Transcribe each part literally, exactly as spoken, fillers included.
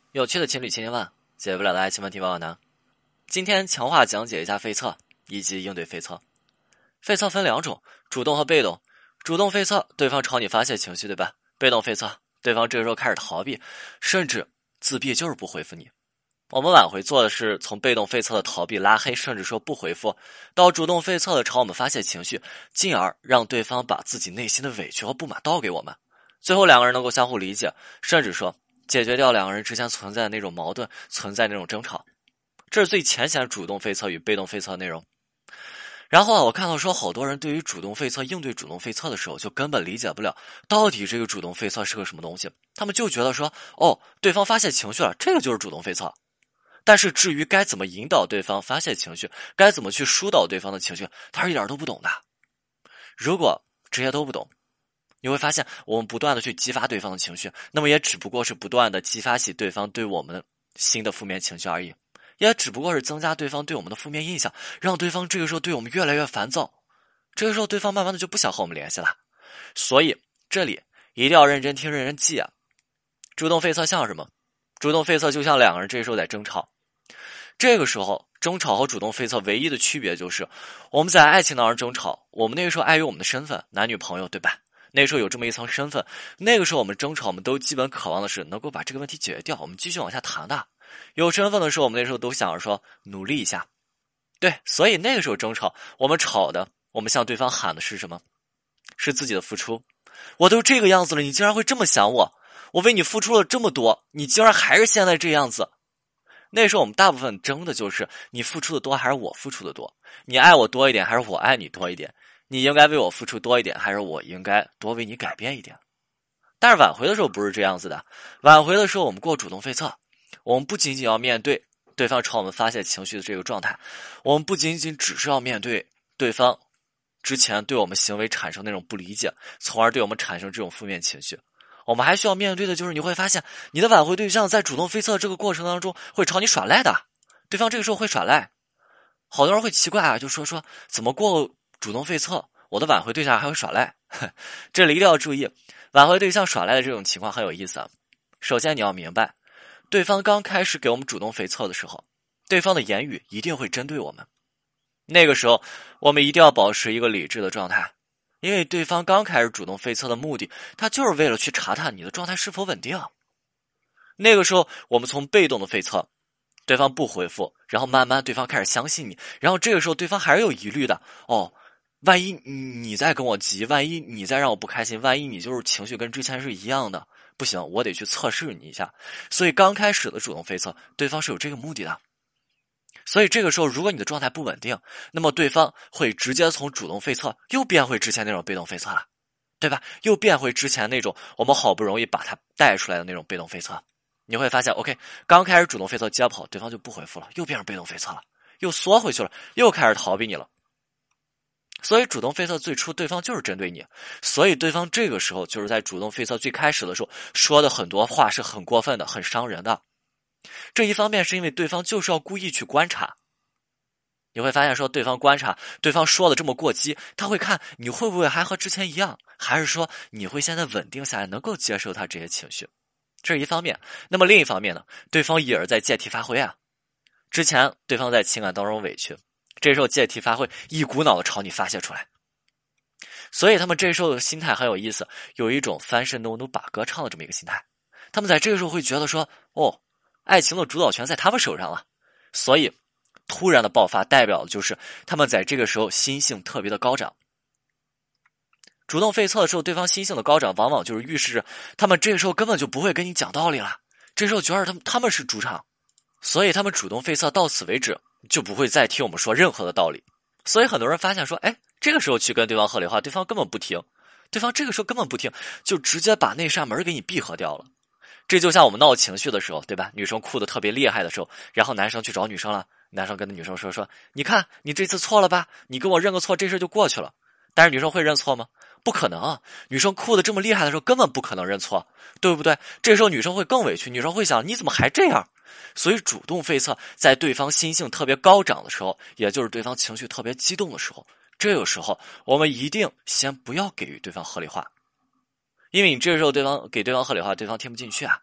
有趣的情侣千千万，解不了的爱情问题万万难。今天强化讲解一下费测以及应对费测。费测分两种，主动和被动。主动费测，对方朝你发泄情绪，对吧？被动费测，对方这个时候开始逃避，甚至自闭，就是不回复你。我们挽回做的是从被动费测的逃避、拉黑，甚至说不回复，到主动费测的朝我们发泄情绪，进而让对方把自己内心的委屈和不满倒给我们。最后两个人能够相互理解，甚至说解决掉两个人之间存在的那种矛盾，存在那种争吵。这是最浅显主动费测与被动费测的内容。然后啊，我看到说好多人对于主动费测应对主动费测的时候，就根本理解不了到底这个主动费测是个什么东西。他们就觉得说，哦，对方发泄情绪了，这个就是主动费测。但是至于该怎么引导对方发泄情绪，该怎么去疏导对方的情绪，他是一点都不懂的。如果这些都不懂，你会发现我们不断的去激发对方的情绪，那么也只不过是不断的激发起对方对我们新的负面情绪而已，也只不过是增加对方对我们的负面印象，让对方这个时候对我们越来越烦躁，这个时候对方慢慢的就不想和我们联系了。所以这里一定要认真听认真记啊。主动费测像什么？主动费测就像两个人这时候在争吵，这个时候争吵和主动费测唯一的区别就是我们在爱情当中争吵，我们那个时候碍于我们的身份，男女朋友对吧，那个时候有这么一层身份，那个时候我们争吵，我们都基本渴望的是能够把这个问题解决掉，我们继续往下谈的。有身份的时候，我们那时候都想着说努力一下，对，所以那个时候争吵，我们吵的，我们向对方喊的是什么？是自己的付出。我都这个样子了，你竟然会这么想我，我为你付出了这么多，你竟然还是现在这样子。那时候我们大部分争的就是你付出的多还是我付出的多，你爱我多一点还是我爱你多一点，你应该为我付出多一点还是我应该多为你改变一点。但是挽回的时候不是这样子的，挽回的时候我们过主动费测，我们不仅仅要面对对方朝我们发泄情绪的这个状态，我们不仅仅只是要面对对方之前对我们行为产生那种不理解，从而对我们产生这种负面情绪，我们还需要面对的就是你会发现你的挽回对象在主动费测这个过程当中会朝你耍赖的，对方这个时候会耍赖。好多人会奇怪啊，就说说怎么过主动费测我的挽回对象还会耍赖。这里一定要注意，挽回对象耍赖的这种情况很有意思啊。首先你要明白，对方刚开始给我们主动费测的时候，对方的言语一定会针对我们，那个时候我们一定要保持一个理智的状态，因为对方刚开始主动费测的目的，他就是为了去查探你的状态是否稳定。那个时候我们从被动的费测，对方不回复，然后慢慢对方开始相信你，然后这个时候对方还是有疑虑的，哦，万一你再跟我急，万一你再让我不开心，万一你就是情绪跟之前是一样的，不行，我得去测试你一下。所以刚开始的主动费测，对方是有这个目的的。所以这个时候如果你的状态不稳定，那么对方会直接从主动费测又变回之前那种被动费测了，对吧？又变回之前那种我们好不容易把它带出来的那种被动费测。你会发现 OK， 刚开始主动费测接跑，对方就不回复了，又变成被动费测了，又缩回去了，又开始逃避你了。所以主动费测最初对方就是针对你，所以对方这个时候就是在主动费测最开始的时候说的很多话是很过分的，很伤人的。这一方面是因为对方就是要故意去观察，你会发现说对方观察，对方说的这么过激，他会看你会不会还和之前一样，还是说你会现在稳定下来，能够接受他这些情绪，这是一方面。那么另一方面呢，对方也是在借题发挥啊。之前对方在情感当中委屈，这时候借题发挥，一股脑的朝你发泄出来。所以他们这时候的心态很有意思，有一种翻身农奴把歌唱的这么一个心态。他们在这个时候会觉得说，哦，爱情的主导权在他们手上了，所以突然的爆发代表的就是他们在这个时候心性特别的高涨。主动费测的时候，对方心性的高涨往往就是预示着他们这个时候根本就不会跟你讲道理了，这时候觉得他们他们是主场，所以他们主动费测到此为止，就不会再听我们说任何的道理。所以很多人发现说，哎，这个时候去跟对方合理化，对方根本不听，对方这个时候根本不听，就直接把那扇门给你闭合掉了。这就像我们闹情绪的时候，对吧？女生哭得特别厉害的时候，然后男生去找女生了，男生跟女生说说，你看你这次错了吧，你跟我认个错，这事就过去了。但是女生会认错吗？不可能啊！女生哭得这么厉害的时候，根本不可能认错，对不对？这时候女生会更委屈，女生会想，你怎么还这样？所以主动费测，在对方心性特别高涨的时候，也就是对方情绪特别激动的时候，这个时候我们一定先不要给予对方合理化，因为你这个时候对方给对方合理化，对方听不进去啊，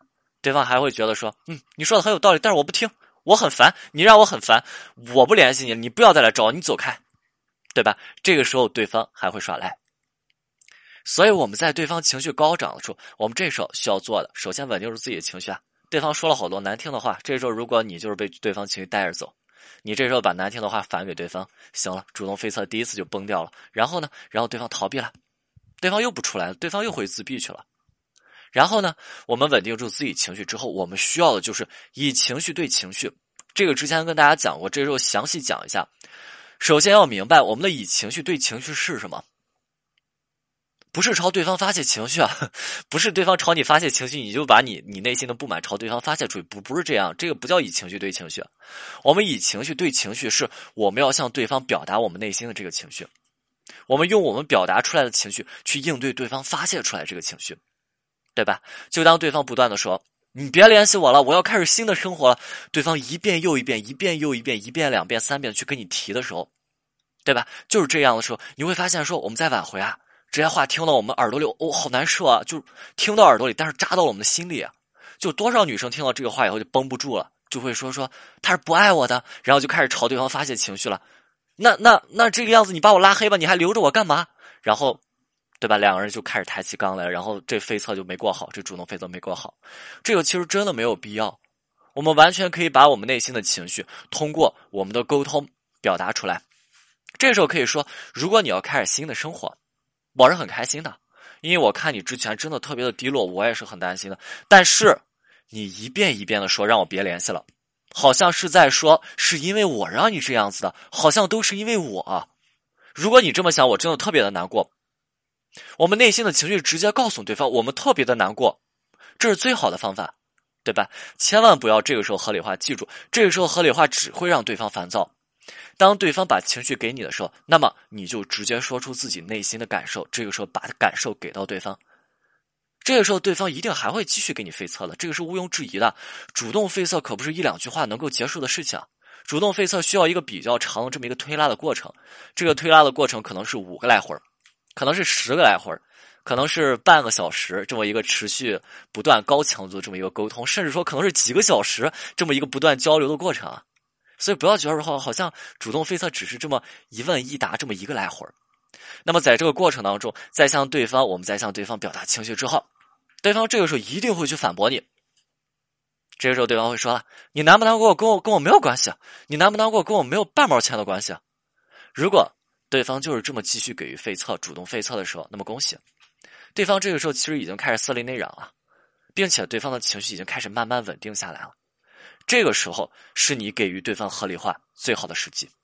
对方还会觉得说，嗯，你说的很有道理，但是我不听，我很烦，你让我很烦，我不联系你，你不要再来找我，你走开，对吧？这个时候对方还会耍赖。所以我们在对方情绪高涨的时候，我们这时候需要做的，首先稳定住自己的情绪啊。对方说了好多难听的话，这时候如果你就是被对方情绪带着走，你这时候把难听的话反给对方，行了，主动飞策第一次就崩掉了。然后呢，然后对方逃避了，对方又不出来了，对方又回自闭去了。然后呢，我们稳定住自己情绪之后，我们需要的就是以情绪对情绪。这个之前跟大家讲过，这时候详细讲一下。首先要明白我们的以情绪对情绪是什么。不是朝对方发泄情绪啊，不是对方朝你发泄情绪，你就把你你内心的不满朝对方发泄出去，不不是这样，这个不叫以情绪对情绪。我们以情绪对情绪，是我们要向对方表达我们内心的这个情绪，我们用我们表达出来的情绪去应对对方发泄出来这个情绪，对吧？就当对方不断的说你别联系我了，我要开始新的生活了，对方一遍又一遍，一遍又一遍，一遍两遍三遍去跟你提的时候，对吧？就是这样的时候，你会发现说我们在挽回啊。这些话听到我们耳朵里，哦，好难受啊！就听到耳朵里，但是扎到了我们的心里啊！就多少女生听到这个话以后就绷不住了，就会说说他是不爱我的，然后就开始朝对方发泄情绪了。那那那这个样子，你把我拉黑吧，你还留着我干嘛？然后，对吧？两个人就开始抬起杠来，然后这飞策就没过好，这主动飞策没过好。这个其实真的没有必要，我们完全可以把我们内心的情绪通过我们的沟通表达出来。这时候可以说，如果你要开始新的生活。我是很开心的，因为我看你之前真的特别的低落，我也是很担心的。但是你一遍一遍的说让我别联系了，好像是在说是因为我让你这样子的，好像都是因为我。如果你这么想，我真的特别的难过。我们内心的情绪直接告诉对方我们特别的难过，这是最好的方法，对吧？千万不要这个时候合理化，记住，这个时候合理化只会让对方烦躁。当对方把情绪给你的时候，那么你就直接说出自己内心的感受，这个时候把感受给到对方，这个时候对方一定还会继续给你费策的，这个是毋庸置疑的。主动费策可不是一两句话能够结束的事情，主动费策需要一个比较长的这么一个推拉的过程，这个推拉的过程可能是五个来回，可能是十个来回，可能是半个小时，这么一个持续不断高强度的这么一个沟通，甚至说可能是几个小时这么一个不断交流的过程啊。所以不要觉得好好像主动费策只是这么一问一答这么一个来回。那么在这个过程当中，再向对方我们再向对方表达情绪之后，对方这个时候一定会去反驳你。这个时候对方会说了，你难不难过跟我跟我没有关系，你难不难过跟我没有半毛钱的关系。如果对方就是这么继续给予费策主动费策的时候，那么恭喜对方这个时候其实已经开始色厉内荏了，并且对方的情绪已经开始慢慢稳定下来了。这个时候是你给予对方合理化最好的时机。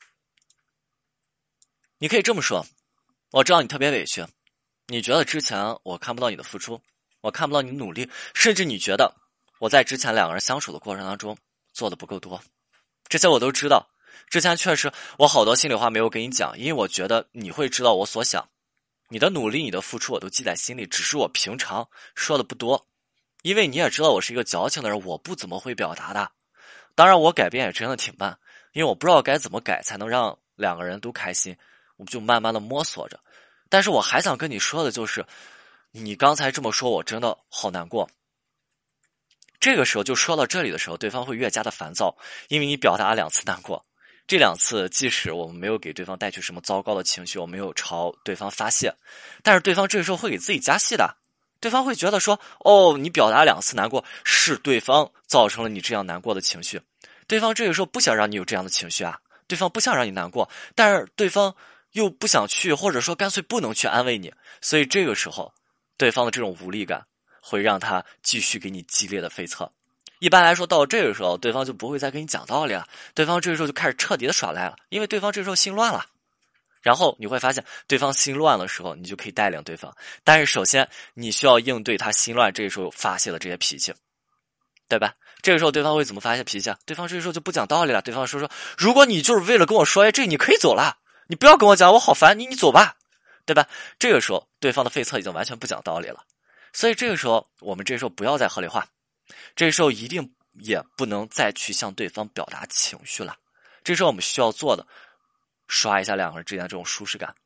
你可以这么说，我知道你特别委屈，你觉得之前我看不到你的付出，我看不到你的努力，甚至你觉得我在之前两个人相处的过程当中做的不够多，这些我都知道。之前确实我好多心里话没有跟你讲，因为我觉得你会知道我所想，你的努力你的付出我都记在心里，只是我平常说的不多，因为你也知道我是一个矫情的人，我不怎么会表达的。当然我改变也真的挺慢，因为我不知道该怎么改才能让两个人都开心，我们就慢慢的摸索着。但是我还想跟你说的就是，你刚才这么说我真的好难过。这个时候就说到这里的时候，对方会越加的烦躁，因为你表达了两次难过，这两次即使我们没有给对方带去什么糟糕的情绪，我没有朝对方发泄，但是对方这个时候会给自己加戏的。对方会觉得说，哦，你表达两次难过是对方造成了你这样难过的情绪，对方这个时候不想让你有这样的情绪啊，对方不想让你难过，但是对方又不想去，或者说干脆不能去安慰你，所以这个时候对方的这种无力感会让他继续给你激烈的费策。一般来说到这个时候对方就不会再跟你讲道理了，对方这个时候就开始彻底的耍赖了，因为对方这时候心乱了。然后你会发现对方心乱的时候你就可以带领对方，但是首先你需要应对他心乱这个时候发泄的这些脾气，对吧？这个时候对方会怎么发泄脾气啊？对方这个时候就不讲道理了，对方说说如果你就是为了跟我说哎，这你可以走了，你不要跟我讲我好烦你，你走吧，对吧？这个时候对方的费策已经完全不讲道理了，所以这个时候我们这时候不要再合理化，这个时候一定也不能再去向对方表达情绪了。这时候我们需要做的，刷一下两个人之间的这种舒适感。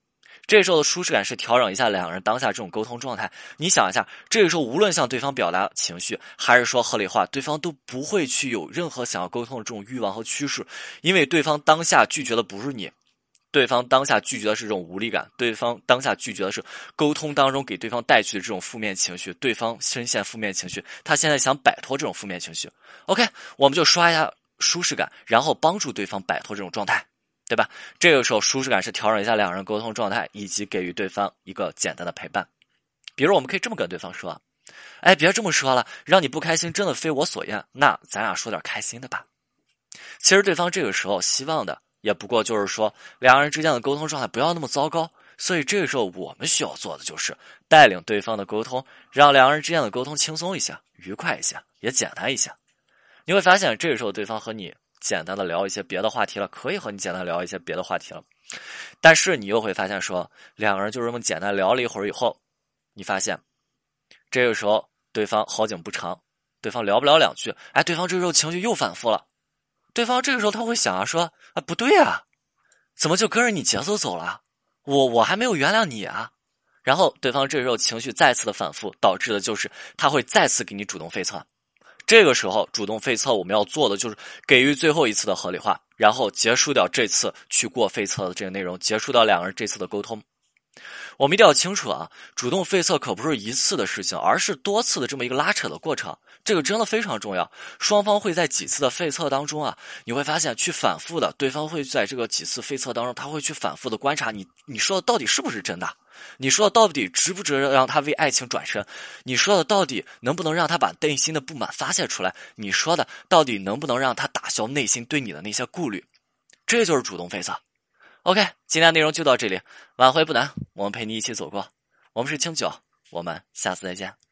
这时候的舒适感是调整一下两个人当下这种沟通状态。你想一下，这个时候无论向对方表达情绪，还是说合理化，对方都不会去有任何想要沟通的这种欲望和趋势，因为对方当下拒绝的不是你，对方当下拒绝的是这种无力感，对方当下拒绝的是沟通当中给对方带去的这种负面情绪，对方深陷负面情绪，他现在想摆脱这种负面情绪。OK， 我们就刷一下舒适感，然后帮助对方摆脱这种状态，对吧？这个时候舒适感是调整一下两人沟通状态，以及给予对方一个简单的陪伴。比如我们可以这么跟对方说，哎，别这么说了，让你不开心真的非我所愿，那咱俩说点开心的吧。其实对方这个时候希望的也不过就是说两个人之间的沟通状态不要那么糟糕，所以这个时候我们需要做的就是带领对方的沟通，让两个人之间的沟通轻松一下，愉快一下，也简单一下。你会发现这个时候对方和你简单的聊一些别的话题了，可以和你简单聊一些别的话题了，但是你又会发现说两个人就这么简单聊了一会儿以后，你发现这个时候对方好景不长，对方聊不了两句，哎，对方这个时候情绪又反复了，对方这个时候他会想啊说啊不对啊，怎么就跟着你节奏走了，我我还没有原谅你啊。然后对方这个时候情绪再次的反复，导致的就是他会再次给你主动废策。这个时候主动废策我们要做的就是给予最后一次的合理化，然后结束掉这次去过废策的这个内容，结束掉两个人这次的沟通。我们一定要清楚啊，主动废策可不是一次的事情，而是多次的这么一个拉扯的过程，这个真的非常重要。双方会在几次的废策当中啊，你会发现去反复的，对方会在这个几次废策当中，他会去反复的观察你，你说的到底是不是真的，你说的到底值不值得让他为爱情转身，你说的到底能不能让他把内心的不满发泄出来，你说的到底能不能让他打消内心对你的那些顾虑，这就是主动废策。OK， 今天的内容就到这里，挽回不难，我们陪你一起走过。我们是清酒，我们下次再见。